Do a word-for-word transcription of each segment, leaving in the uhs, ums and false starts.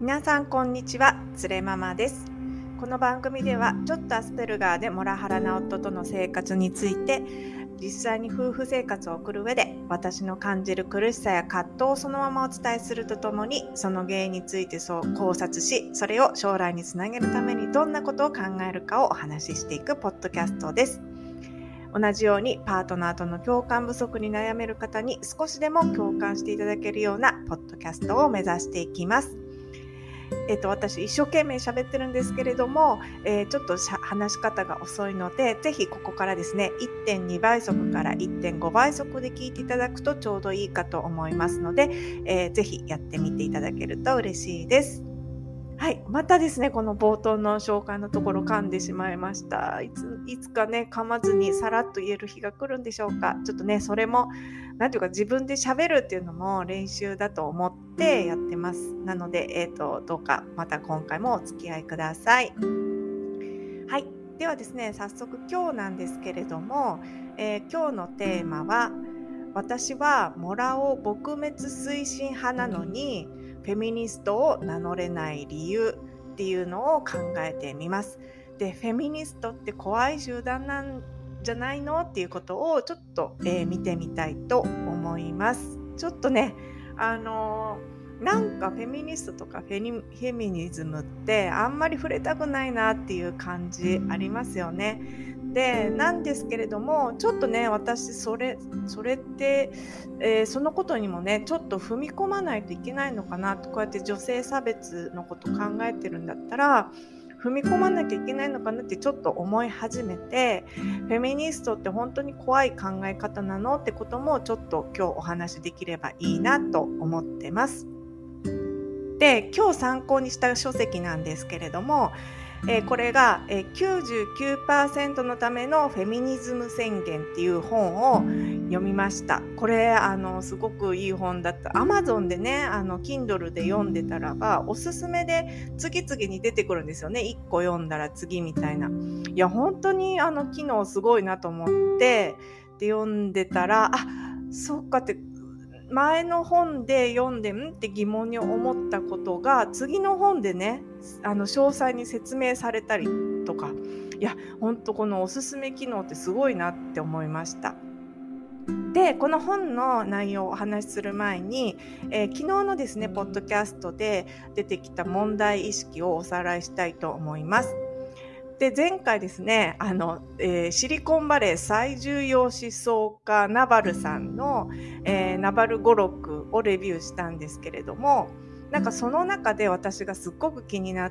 皆さんこんにちは、つれママです。この番組ではちょっとアスペルガーでモラハラな夫との生活について、実際に夫婦生活を送る上で私の感じる苦しさや葛藤をそのままお伝えするとともに、その原因についてそう考察し、それを将来につなげるためにどんなことを考えるかをお話ししていくポッドキャストです。同じようにパートナーとの共感不足に悩める方に少しでも共感していただけるようなポッドキャストを目指していきます。えっと、私一生懸命喋ってるんですけれども、えー、ちょっと話し方が遅いので、ぜひここからですね いってんに 倍速から いってんご 倍速で聞いていただくとちょうどいいかと思いますので、えー、ぜひやってみていただけると嬉しいです。はい、またですね、この冒頭の紹介のところ噛んでしまいました。いつ、いつかね、噛まずにさらっと言える日が来るんでしょうか。ちょっとね、それも、なんていうか自分で喋るっていうのも練習だと思ってやってます。なので、えっと、どうかまた今回もお付き合いください。はい、ではですね、早速今日なんですけれども、えー、今日のテーマは、私はモラを撲滅推進派なのにフェミニストを名乗れない理由っていうのを考えてみます。で、フェミニストって怖い集団なんじゃないのっていうことをちょっと、えー、見てみたいと思います。ちょっとね、あのー、なんかフェミニストとかフェニ、フェミニズムってあんまり触れたくないなっていう感じありますよね。でなんですけれども、ちょっとね私それそれって、えー、そのことにもねちょっと踏み込まないといけないのかなと、こうやって女性差別のこと考えてるんだったら踏み込まなきゃいけないのかなってちょっと思い始めて、フェミニストって本当に怖い考え方なのってこともちょっと今日お話できればいいなと思ってます。で、今日参考にした書籍なんですけれども、えー、これが、えー、きゅうじゅうきゅうパーセント のためのフェミニズム宣言っていう本を読みました。これあのすごくいい本だった。 Amazon でね、あの Kindle で読んでたらばおすすめで次々に出てくるんですよね。いっこ読んだら次みたいな。いや本当にあの機能すごいなと思ってで読んでたら、あ、そっかって前の本で読んでんって疑問に思ったことが次の本でね、あの詳細に説明されたりとか、いや本当このおすすめ機能ってすごいなって思いました。で、この本の内容をお話しする前に、えー、昨日のですねポッドキャストで出てきた問題意識をおさらいしたいと思います。で、前回ですね、あの、えー、シリコンバレー最重要思想家ナバルさんの、えー、ナバル語録をレビューしたんですけれども、なんかその中で私がすっごく気になって、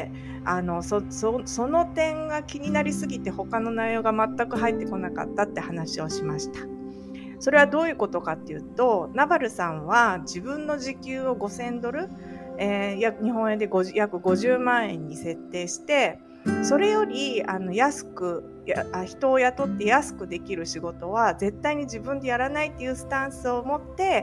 あの そ, そ, その点が気になりすぎて他の内容が全く入ってこなかったって話をしました。それはどういうことかっていうと、ナバルさんは自分の時給をごせんドル、えー、日本円で約ごじゅうまんえんに設定して、それよりあの安くや人を雇って安くできる仕事は絶対に自分でやらないっていうスタンスを持って、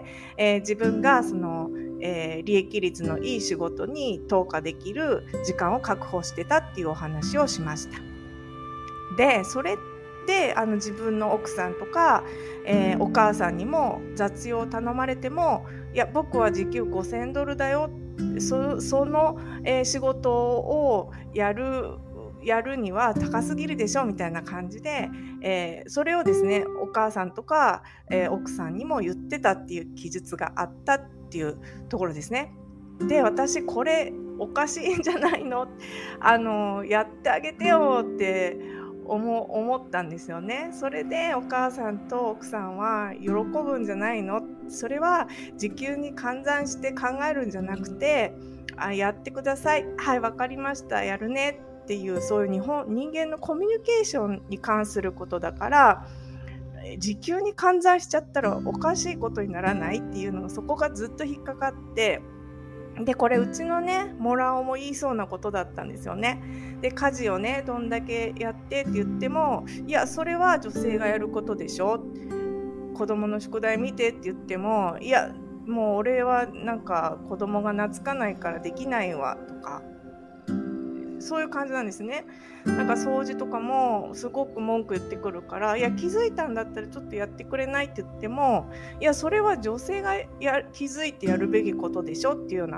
えー、自分がその、えー、利益率のいい仕事に投下できる時間を確保してたっていうお話をしました。で、それであの自分の奥さんとか、えー、お母さんにも雑用を頼まれても、いや僕は時給ごせんドルだよ、そ, その、えー、仕事をやるやるには高すぎるでしょみたいな感じで、えー、それをですねお母さんとか、えー、奥さんにも言ってたっていう記述があったっていうところですね。で、私これおかしいんじゃないの、あのやってあげてよって思, 思ったんですよね。それでお母さんと奥さんは喜ぶんじゃないの、それは時給に換算して考えるんじゃなくて、あ、やってください、はい、わかりました、やるねっていう、そういう日本人間のコミュニケーションに関することだから、時給に換算しちゃったらおかしいことにならないっていうのが、そこがずっと引っかかって、でこれうちのねモラオも言いそうなことだったんですよね。で、家事をねどんだけやってって言っても、いやそれは女性がやることでしょ、子供の宿題見てって言っても、いやもう俺はなんか子供が懐かないからできないわとか、そういう感じなんですね。なんか掃除とかもすごく文句言ってくるから、いや気づいたんだったらちょっとやってくれないって言っても、いやそれは女性がや気づいてやるべきことでしょっていうような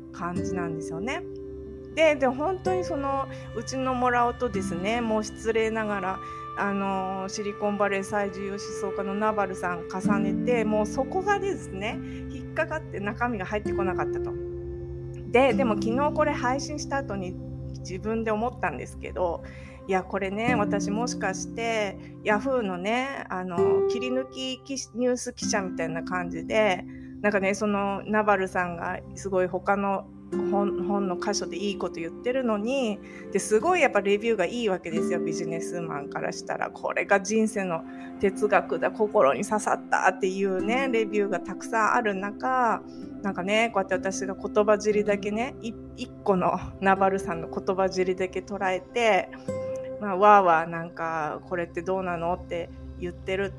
感じなんですよね。で、で本当にそのうちのもらおとですね、もう失礼ながらあのシリコンバレー最重要思想家のナバルさん重ねて、もうそこがですね引っかかって中身が入ってこなかったと。で、でも昨日これ配信した後に自分で思ったんですけど、いやこれね、私もしかしてヤフーのねあの切り抜きニュース記者みたいな感じで、なんかねそのナバルさんがすごい他の 本, 本の箇所でいいこと言ってるのに、ですごいやっぱレビューがいいわけですよ。ビジネスマンからしたらこれが人生の哲学だ、心に刺さったっていうねレビューがたくさんある中、なんかねこうやって私が言葉尻だけねい一個のナバルさんの言葉尻だけ捉えて、まあ、わーわーなんかこれってどうなのって言ってるって、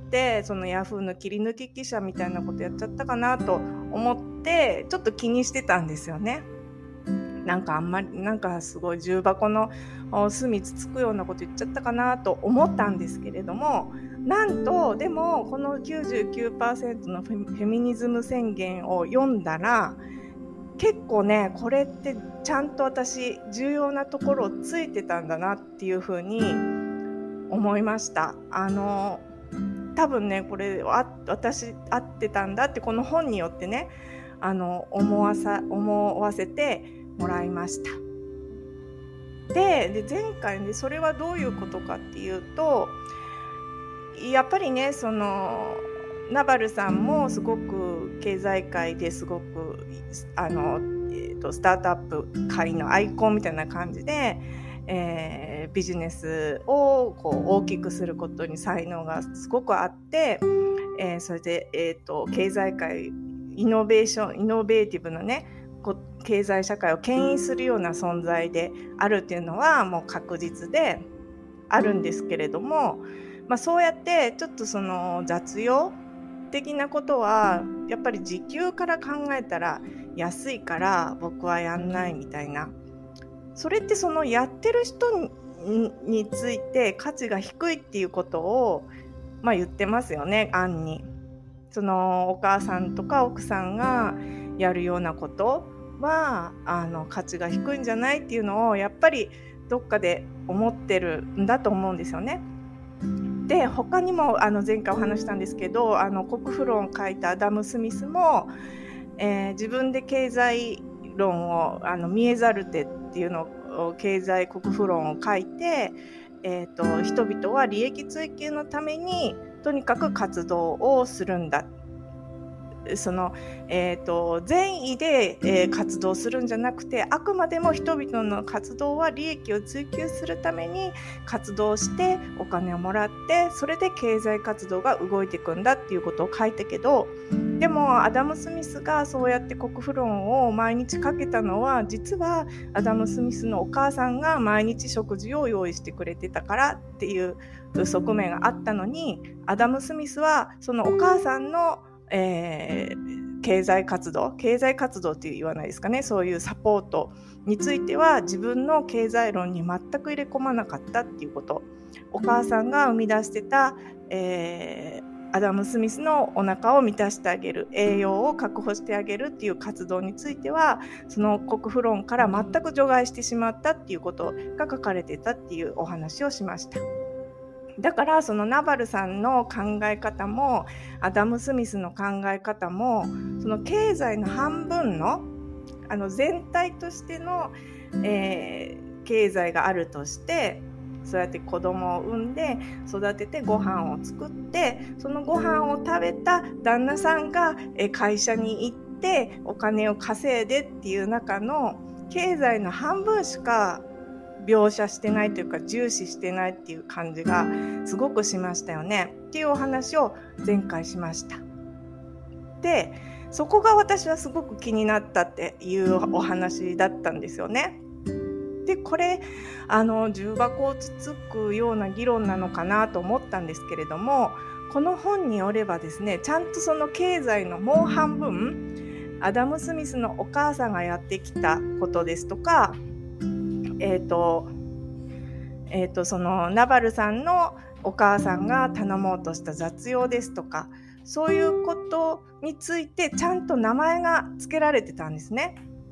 そのヤフーの切り抜き記者みたいなことやっちゃったかなと思ってちょっと気にしてたんですよね。なんかあんまりなんかすごい重箱の隅つつくようなこと言っちゃったかなと思ったんですけれども、なんとでもこの きゅうじゅうきゅうパーセント のフェミニズム宣言を読んだら、結構ねこれってちゃんと私重要なところをついてたんだなっていうふうに思いました。あの多分ねこれあ私合ってたんだってこの本によってねあの思わさ思わせてもらいました。で、で前回ねそれはどういうことかっていうと、やっぱりねそのナバルさんもすごく経済界ですごくあの、えーと、スタートアップ界のアイコンみたいな感じで、えー、ビジネスをこう大きくすることに才能がすごくあって、えー、それで、えーと、経済界イノベーションイノベーティブなね経済社会を牽引するような存在であるっていうのはもう確実であるんですけれども、まあ、そうやってちょっとその雑用的なことはやっぱり時給から考えたら安いから僕はやんないみたいな、それってそのやってる人 に, について価値が低いっていうことを、まあ、言ってますよね。暗にそのお母さんとか奥さんがやるようなことはあの価値が低いんじゃないっていうのをやっぱりどっかで思ってるんだと思うんですよね。で他にもあの前回お話したんですけど、あの国富論を書いたアダム・スミスも、えー、自分で経済論をあの見えざる手っていうのを経済国富論を書いて、えーと、人々は利益追求のためにとにかく活動をするんだ、その、えーと、善意で、えー、活動するんじゃなくて、あくまでも人々の活動は利益を追求するために活動してお金をもらって、それで経済活動が動いていくんだっていうことを書いたけど、でもアダム・スミスがそうやって国富論を毎日かけたのは、実はアダム・スミスのお母さんが毎日食事を用意してくれてたからっていう側面があったのに、アダム・スミスはそのお母さんのえー、経済活動経済活動って言わないですかね、そういうサポートについては自分の経済論に全く入れ込まなかったっていうこと、お母さんが生み出してた、えー、アダム・スミスのお腹を満たしてあげる、栄養を確保してあげるっていう活動についてはその国富論から全く除外してしまったっていうことが書かれてたっていうお話をしました。だからそのナバルさんの考え方もアダム・スミスの考え方も、その経済の半分の、あの全体としての、えー、経済があるとして、そうやって子供を産んで育ててご飯を作って、そのご飯を食べた旦那さんが会社に行ってお金を稼いでっていう中の経済の半分しか描写してないというか重視してないっていう感じがすごくしましたよねっていうお話を前回しました。でそこが私はすごく気になったっていうお話だったんですよね。でこれあの重箱をつつくような議論なのかなと思ったんですけれども、この本によればですね、ちゃんとその経済のもう半分、アダム・スミスのお母さんがやってきたことですとか、えーとえーと、そのナバルさんのお母さんが頼もうとした雑用ですとか、そういうことについてちゃんと名前が付けられてたんですね。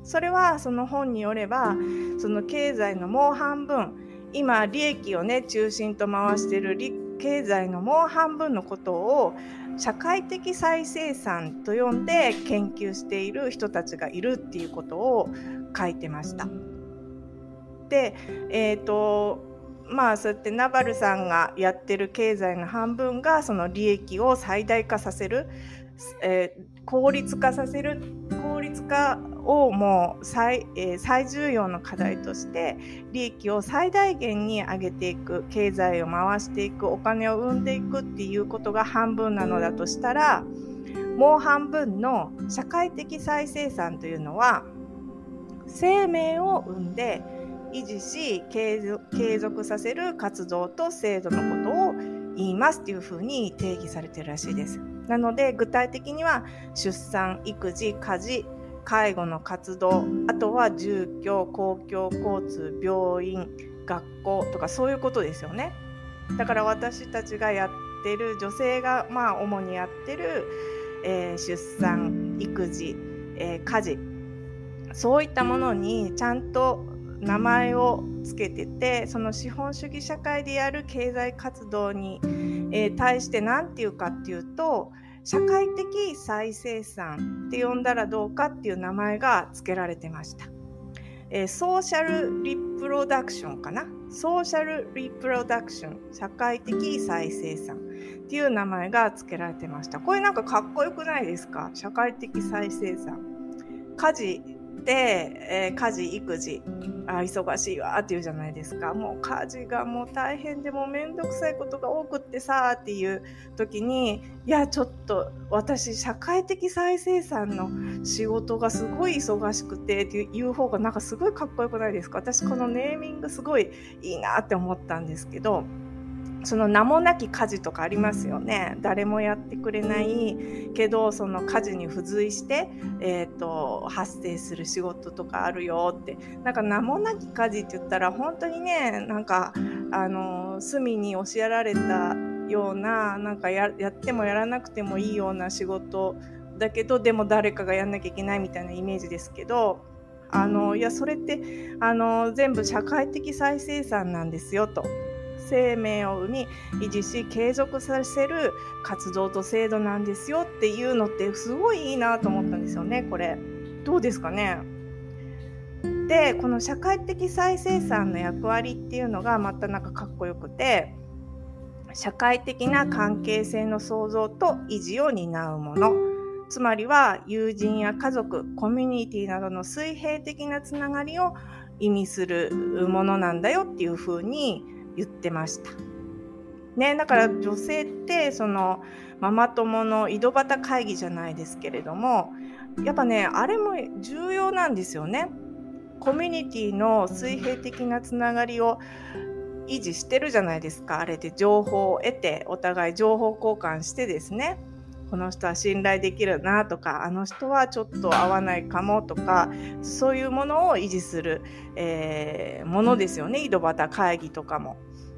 それはその本によれば、その経済のもう半分、今利益をね中心と回している経済のもう半分のことを社会的再生産と呼んで研究している人たちがいるっていうことを書いてました。で、えーとまあそうやってナバルさんがやってる経済の半分がその利益を最大化させる、えー、効率化させる効率化をもう 最,、えー、最重要の課題として利益を最大限に上げていく、経済を回していく、お金を生んでいくっていうことが半分なのだとしたら、もう半分の社会的再生産というのは生命を生んで維持し継続させる活動と制度のことを言いますっていうふうに定義されているらしいです。なので具体的には出産、育児、家事、介護の活動、あとは住居、公共交通、病院、学校とかそういうことですよね。だから私たちがやってる、女性がまあ主にやってる、えー、出産、育児、えー、家事、そういったものにちゃんと名前をつけてて、その資本主義社会でやる経済活動に、えー、対して何て言うかっていうと、社会的再生産って呼んだらどうかっていう名前が付けられてました。えー、ソーシャルリプロダクションかな、ソーシャルリプロダクション、社会的再生産っていう名前が付けられてました。これなんかかっこよくないですか？社会的再生産。家事で、えー、家事育児、あ忙しいわって言うじゃないですか。もう家事がもう大変でもうめんどくさいことが多くってさっていう時に、いやちょっと私社会的再生産の仕事がすごい忙しくてっていう方がなんかすごいかっこよくないですか？私このネーミングすごいいいなって思ったんですけど、その名もなき家事とかありますよね。誰もやってくれないけどその家事に付随して、えーと、発生する仕事とかあるよって。なんか名もなき家事って言ったら本当にね、なんかあの隅に押しやられたような、なんか や, やってもやらなくてもいいような仕事だけど、でも誰かがやんなきゃいけないみたいなイメージですけど、あのいやそれってあの全部社会的再生産なんですよと。生命を生み維持し継続させる活動と制度なんですよっていうのってすごいいいなと思ったんですよね。これどうですかね。でこの社会的再生産の役割っていうのがまたなんかかっこよくて、社会的な関係性の創造と維持を担うもの、つまりは友人や家族、コミュニティなどの水平的なつながりを意味するものなんだよっていうふうに言ってましたね。だから女性ってそのママ友の井戸端会議じゃないですけれども、やっぱねあれも重要なんですよね。コミュニティの水平的なつながりを維持してるじゃないですか。あれで情報を得てお互い情報交換してですね、この人は信頼できるなとか、あの人はちょっと合わないかもとか、そういうものを維持する、えー、ものですよね。井戸端会議とかも。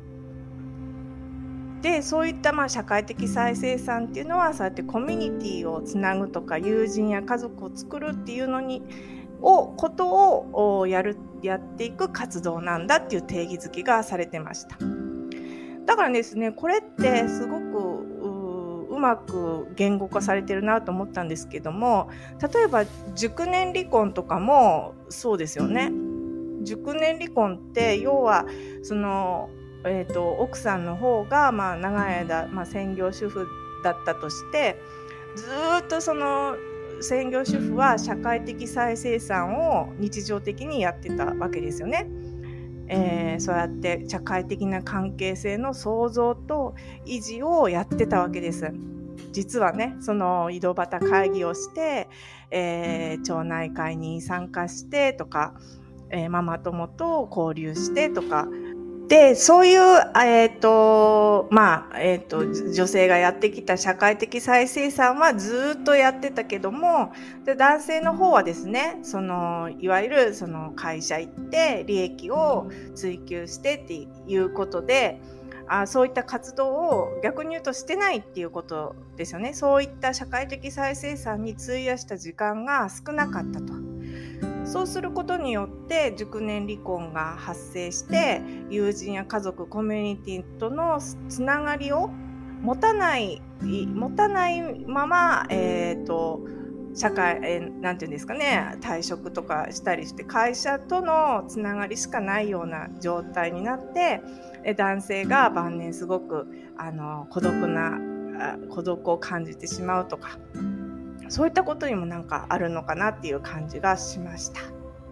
でそういったまあ社会的再生産っていうのは、そうやってコミュニティをつなぐとか友人や家族を作るっていうのにをことをやるやっていく活動なんだっていう定義づけがされてました。だからですね、これってすごくうまく言語化されてるなと思ったんですけども、例えば熟年離婚とかもそうですよね。熟年離婚って要はその、えーと、奥さんの方がまあ長い間、まあ、専業主婦だったとして、ずっとその専業主婦は社会的再生産を日常的にやってたわけですよね。えー、そうやって社会的な関係性の創造と維持をやってたわけです。実はね、その井戸端会議をして、えー、町内会に参加してとか、えー、ママ友と交流してとかで、そういう、えっと、まあ、えっと、女性がやってきた社会的再生産はずっとやってたけども、で男性の方はですね、その、いわゆるその会社行って利益を追求してっていうことで、あそういった活動を逆に言うとしてないっていうことですよね。そういった社会的再生産に費やした時間が少なかったと。 そうすることによって熟年離婚が発生して、友人や家族、コミュニティとのつながりを持たない持たないまま、えーと社会、えー、なんていうんですかね、退職とかしたりして会社とのつながりしかないような状態になって、え男性が晩年すごくあの孤独な孤独を感じてしまうとか、そういったことにもなんかあるのかなっていう感じがしました。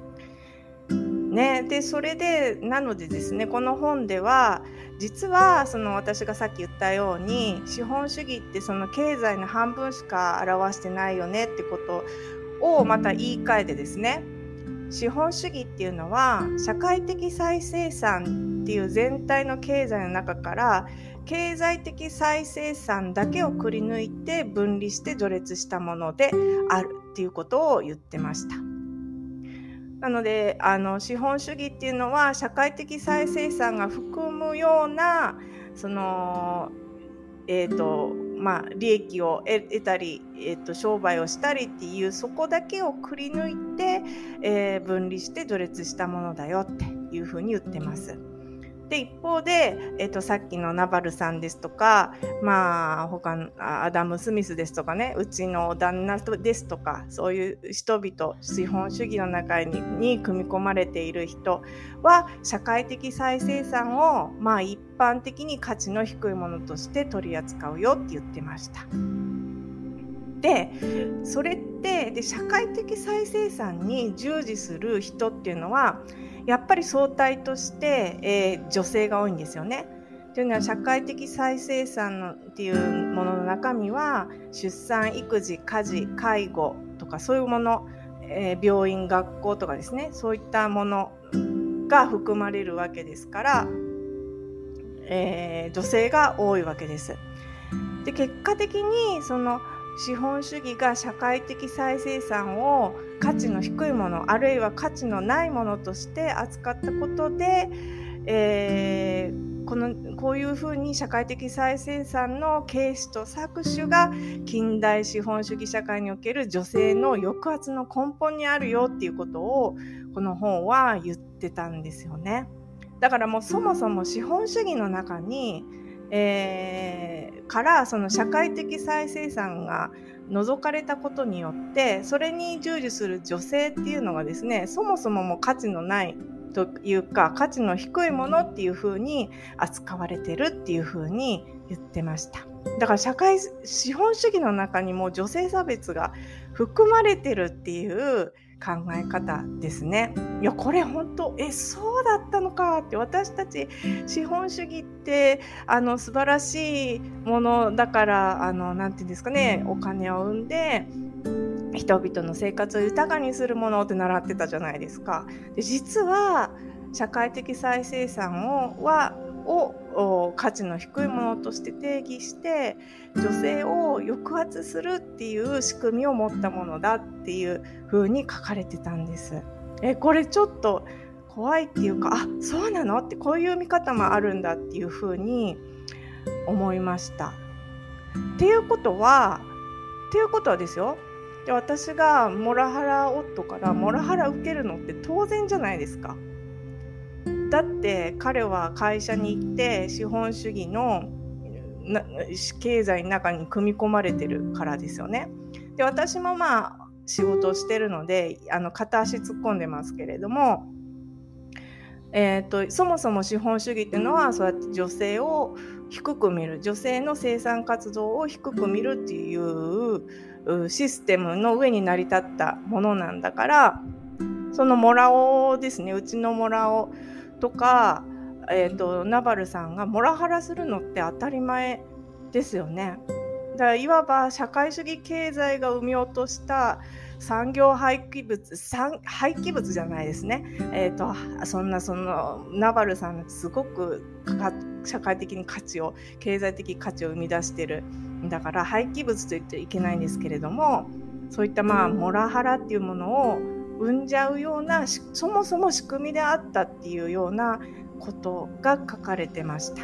ね、でそれでなのでですね、この本では実はその私がさっき言ったように、資本主義ってその経済の半分しか表してないよねってことをまた言い換えてですね、資本主義っていうのは社会的再生産っていう全体の経済の中から経済的再生産だけをくり抜いて分離して序列したものであるっていうことを言ってました。なのであの資本主義っていうのは社会的再生産が含むようなその、えーとまあ、利益を得たり、えーと商売をしたりっていうそこだけをくり抜いて、えー、分離して序列したものだよっていうふうに言ってます。で一方で、えーと、さっきのナバルさんですとか、まあ、他のアダム・スミスですとかね、うちの旦那ですとか、そういう人々、資本主義の中に、に組み込まれている人は社会的再生産を、まあ、一般的に価値の低いものとして取り扱うよって言ってました。でそれってで社会的再生産に従事する人っていうのはやっぱり相対として、えー、女性が多いんですよね。というのは社会的再生産のっていうものの中身は出産、育児、家事、介護とかそういうもの、えー、病院、学校とかですね、そういったものが含まれるわけですから、えー、女性が多いわけです。で結果的にその資本主義が社会的再生産を価値の低いものあるいは価値のないものとして扱ったことで、えー、このこういうふうに社会的再生産の形式と搾取が近代資本主義社会における女性の抑圧の根本にあるよっていうことをこの本は言ってたんですよね。だからもうそもそも資本主義の中にえー、からその社会的再生産が除かれたことによってそれに従事する女性っていうのがですね、そもそももう価値のないというか価値の低いものっていうふうに扱われてるっていうふうに言ってました。だから社会資本主義の中にも女性差別が含まれてるっていう考え方ですね。いやこれ本当えそうだったのかって、私たち資本主義ってあの素晴らしいものだからあのなんていうんですかね、お金を生んで人々の生活を豊かにするものって習ってたじゃないですか。で実は社会的再生産をはを価値の低いものとして定義して女性を抑圧するっていう仕組みを持ったものだっていう風に書かれてたんです。えこれちょっと怖いっていうか、あそうなのってこういう見方もあるんだっていう風に思いました。っていうことはっていうことはですよ、で私がモラハラ夫からモラハラ受けるのって当然じゃないですか。だって彼は会社に行って資本主義の経済の中に組み込まれてるからですよね。で私もまあ仕事をしてるのであの片足突っ込んでますけれども、えーと、そもそも資本主義っていうのはそうやって女性を低く見る、女性の生産活動を低く見るっていうシステムの上に成り立ったものなんだから、そのモラオですね、うちのモラオとか、えーと、ナバルさんがモラハラするのって当たり前ですよね。だからいわば社会主義経済が生み落とした産業廃棄物、廃棄物じゃないですね。えーと、そんなそのナバルさんすごく社会的に価値を、経済的価値を生み出してる。だから廃棄物と言ってはいけないんですけれども、そういったまあモラハラっていうものを生んじゃうようなそもそも仕組みであったっていうようなことが書かれてました。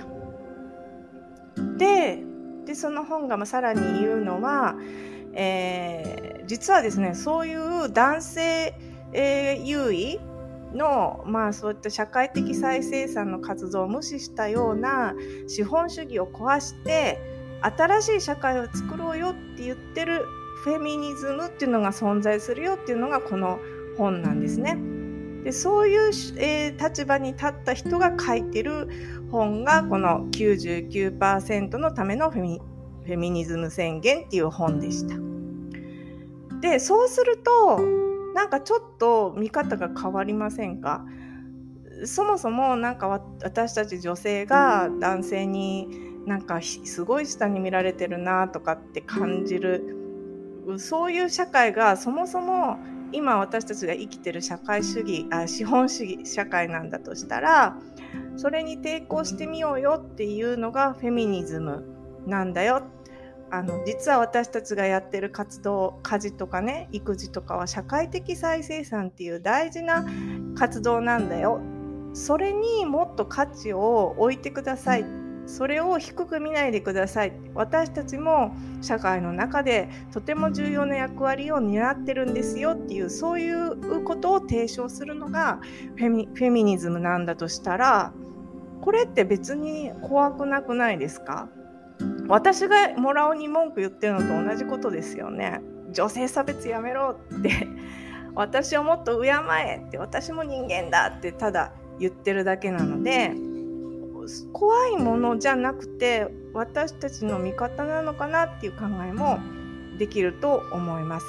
で、でその本がさらに言うのは、えー、実はですねそういう男性えー、優位の、まあ、そういった社会的再生産の活動を無視したような資本主義を壊して新しい社会を作ろうよって言ってるフェミニズムっていうのが存在するよっていうのがこの本なんですね。でそういう、えー、立場に立った人が書いてる本がこの きゅうじゅうきゅうパーセント のためのフェミ、フェミニズム宣言っていう本でした。でそうするとなんかちょっと見方が変わりませんか？そもそもなんか私たち女性が男性になんかすごい下に見られてるなとかって感じる、そういう社会がそもそも今私たちが生きてる社会主義あ資本主義社会なんだとしたら、それに抵抗してみようよっていうのがフェミニズムなんだよ。あの実は私たちがやってる活動、家事とかね、育児とかは社会的再生産っていう大事な活動なんだよ。それにもっと価値を置いてください。それを低く見ないでください。私たちも社会の中でとても重要な役割を担ってるんですよっていう、そういうことを提唱するのがフェミ、フェミニズムなんだとしたら、これって別に怖くなくないですか？私がモラオに文句言ってるのと同じことですよね。女性差別やめろって私をもっと敬えって、私も人間だってただ言ってるだけなので、怖いものじゃなくて私たちの味方なのかなっていう考えもできると思います。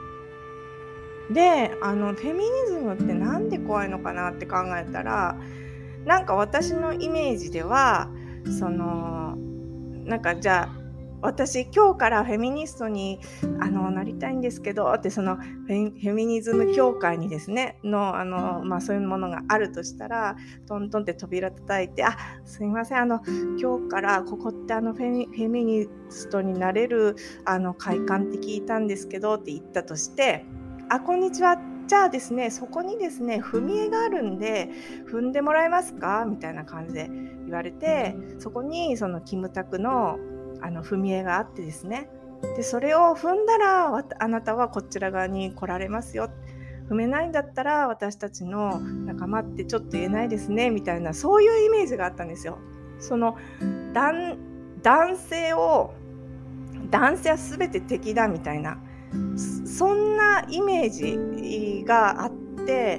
で、あのフェミニズムってなんで怖いのかなって考えたら、なんか私のイメージではそのなんかじゃあ私今日からフェミニストにあのなりたいんですけどって、そのフェ、フェミニズム協会にですねのあの、まあ、そういうものがあるとしたら、トントンって扉叩いて、あ、すいません、あの今日からここってあのフェミ、フェミニストになれるあの会館って聞いたんですけどって言ったとして、あ、こんにちは、じゃあですね、そこにですね踏み絵があるんで踏んでもらえますかみたいな感じで言われて、そこにそのキムタクのあの踏み絵があってですね、でそれを踏んだらあなたはこちら側に来られますよ、踏めないんだったら私たちの仲間ってちょっと言えないですねみたいな、そういうイメージがあったんですよ。その 男, 男性を男性は全て敵だみたいな、そんなイメージがあって、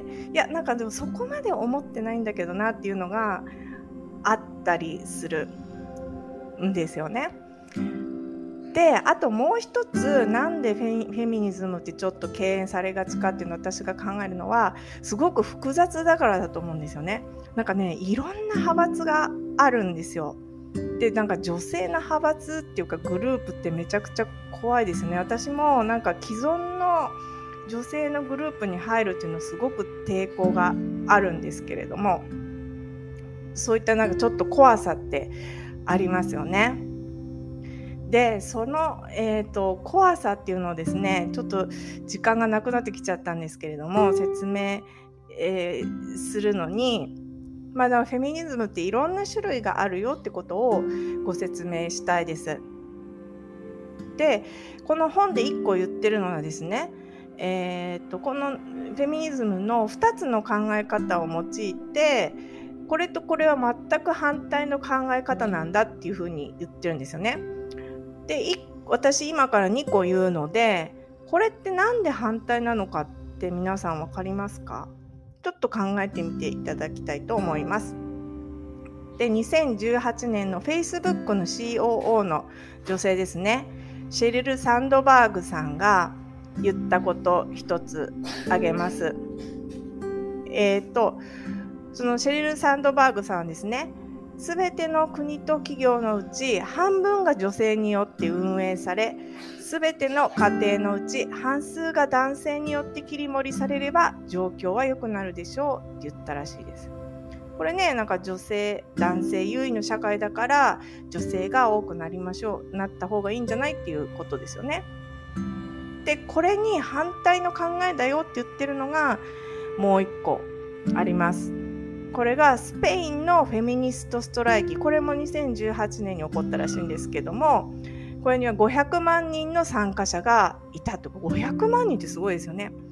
いやなんかでもそこまで思ってないんだけどなっていうのがあったりするんですよね。で、あともう一つ、なんでフェ、フェミニズムってちょっと敬遠されがちかっていうのを私が考えるのは、すごく複雑だからだと思うんですよね。なんかね、いろんな派閥があるんですよ。で、なんか女性の派閥っていうかグループってめちゃくちゃ怖いですね。私もなんか既存の女性のグループに入るっていうのすごく抵抗があるんですけれども、そういったなんかちょっと怖さってありますよね。で、その、えーと、怖さっていうのをですね、ちょっと時間がなくなってきちゃったんですけれども、説明、えー、するのに、まだフェミニズムっていろんな種類があるよってことをご説明したいです。で、この本でいっこ言ってるのはですね、えーと、このフェミニズムのふたつの考え方を用いて、これとこれは全く反対の考え方なんだっていうふうに言ってるんですよね。で、私今からにこ言うので、これってなんで反対なのかって皆さん分かりますか？ちょっと考えてみていただきたいと思います。で、にせんじゅうはちねんの Facebook の シーオーオー の女性ですね、シェリル・サンドバーグさんが言ったこと一つ挙げます。えーと、そのシェリル・サンドバーグさんはですね、すべての国と企業のうち半分が女性によって運営され、すべての家庭のうち半数が男性によって切り盛りされれば状況は良くなるでしょうって言ったらしいです。これね、なんか女性、男性優位の社会だから女性が多くなりましょう、なった方がいいんじゃないっていうことですよね。で、これに反対の考えだよって言ってるのがもう一個あります。これがスペインのフェミニストストライキ、これもにせんじゅうはちねんに起こったらしいんですけども、これにはごひゃくまんにんの参加者がいたと。ごひゃくまんにんってすごいですよね。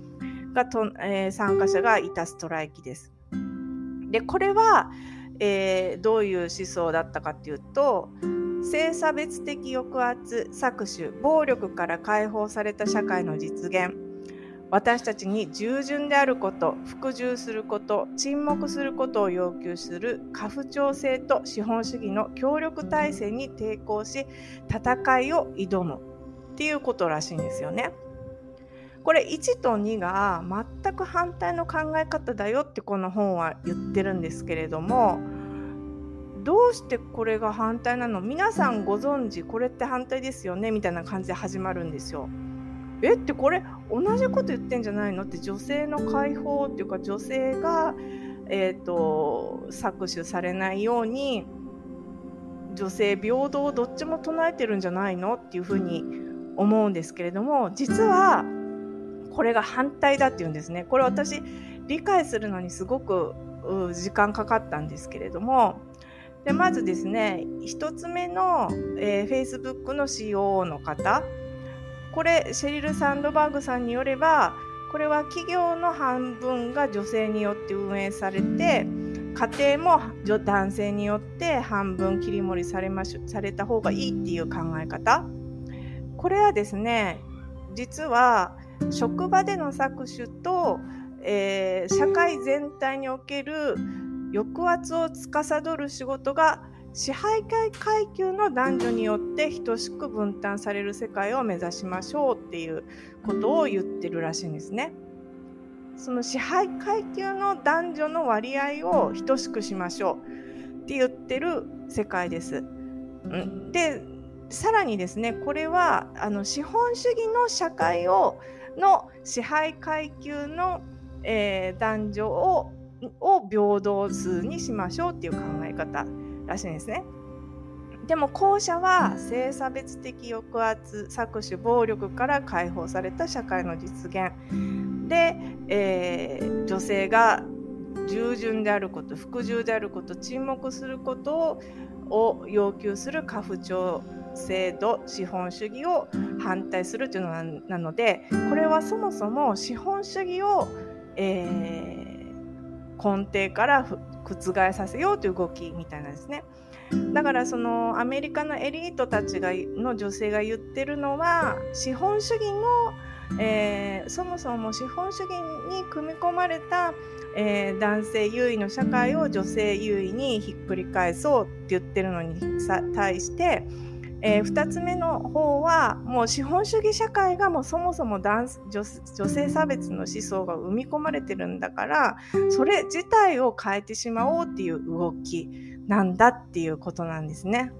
がと、えー、参加者がいたストライキです。で、これは、えー、どういう思想だったかっていうと、性差別的抑圧、搾取、暴力から解放された社会の実現、私たちに従順であること、服従すること、沈黙することを要求する家父長制と資本主義の協力体制に抵抗し、戦いを挑むっていうことらしいんですよね。これいちとにが全く反対の考え方だよってこの本は言ってるんですけれども、どうしてこれが反対なの？皆さんご存知、これって反対ですよねみたいな感じで始まるんですよ。えってこれ同じこと言ってんじゃないのって、女性の解放っていうか、女性が、えーと、搾取されないように女性平等をどっちも唱えてるんじゃないのっていうふうに思うんですけれども、実はこれが反対だっていうんですね。これ私理解するのにすごく時間かかったんですけれども、でまずですね、一つ目の、えー、Facebook の シーオーオー の方、これシェリル・サンドバーグさんによれば、これは企業の半分が女性によって運営されて、家庭も男性によって半分切り盛りされましされた方がいいっていう考え方。これはですね、実は職場での搾取と、えー、社会全体における抑圧を司る仕事が支配階級の男女によって等しく分担される世界を目指しましょうっていうことを言ってるらしいんですね。その支配階級の男女の割合を等しくしましょうって言ってる世界です。で、さらにですね、これはあの資本主義の社会をの支配階級の、えー、男女をを平等数にしましょうっていう考え方らしいんですね。でも後者は性差別的抑圧、搾取、暴力から解放された社会の実現で、えー、女性が従順であること、服従であること、沈黙することを要求する家父長制度、資本主義を反対するというのなので、これはそもそも資本主義を、えー根底から覆させようという動きみたいなんですね。だからそのアメリカのエリートたちがの女性が言ってるのは、資本主義の、えー、そもそも資本主義に組み込まれた、えー、男性優位の社会を女性優位にひっくり返そうって言ってるのに対して、えー、ふたつめの方はもう資本主義社会がもうそもそも男 女, 女性差別の思想が生み込まれてるんだから、それ自体を変えてしまおうっていう動きなんだっていうことなんですね。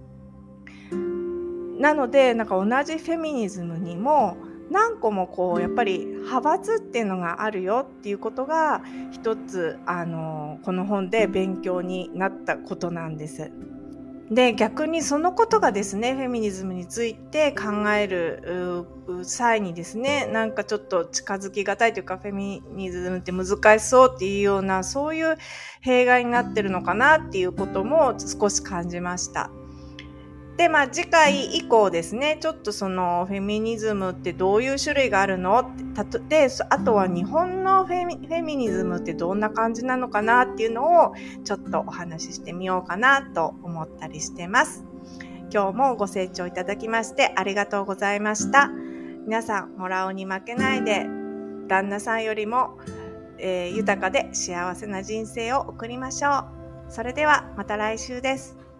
なのでなんか同じフェミニズムにも何個もこうやっぱり派閥っていうのがあるよっていうことが一つあのこの本で勉強になったことなんです。で、逆にそのことがですね、フェミニズムについて考える際にですね、なんかちょっと近づきがたいというか、フェミニズムって難しそうっていうような、そういう弊害になってるのかなっていうことも少し感じました。で、まあ次回以降ですね、ちょっとそのフェミニズムってどういう種類があるのってで、あとは日本のフェミ、フェミニズムってどんな感じなのかなっていうのをちょっとお話ししてみようかなと思ったりしてます。今日もご清聴いただきましてありがとうございました。皆さん、もらおに負けないで、旦那さんよりも、えー、豊かで幸せな人生を送りましょう。それではまた来週です。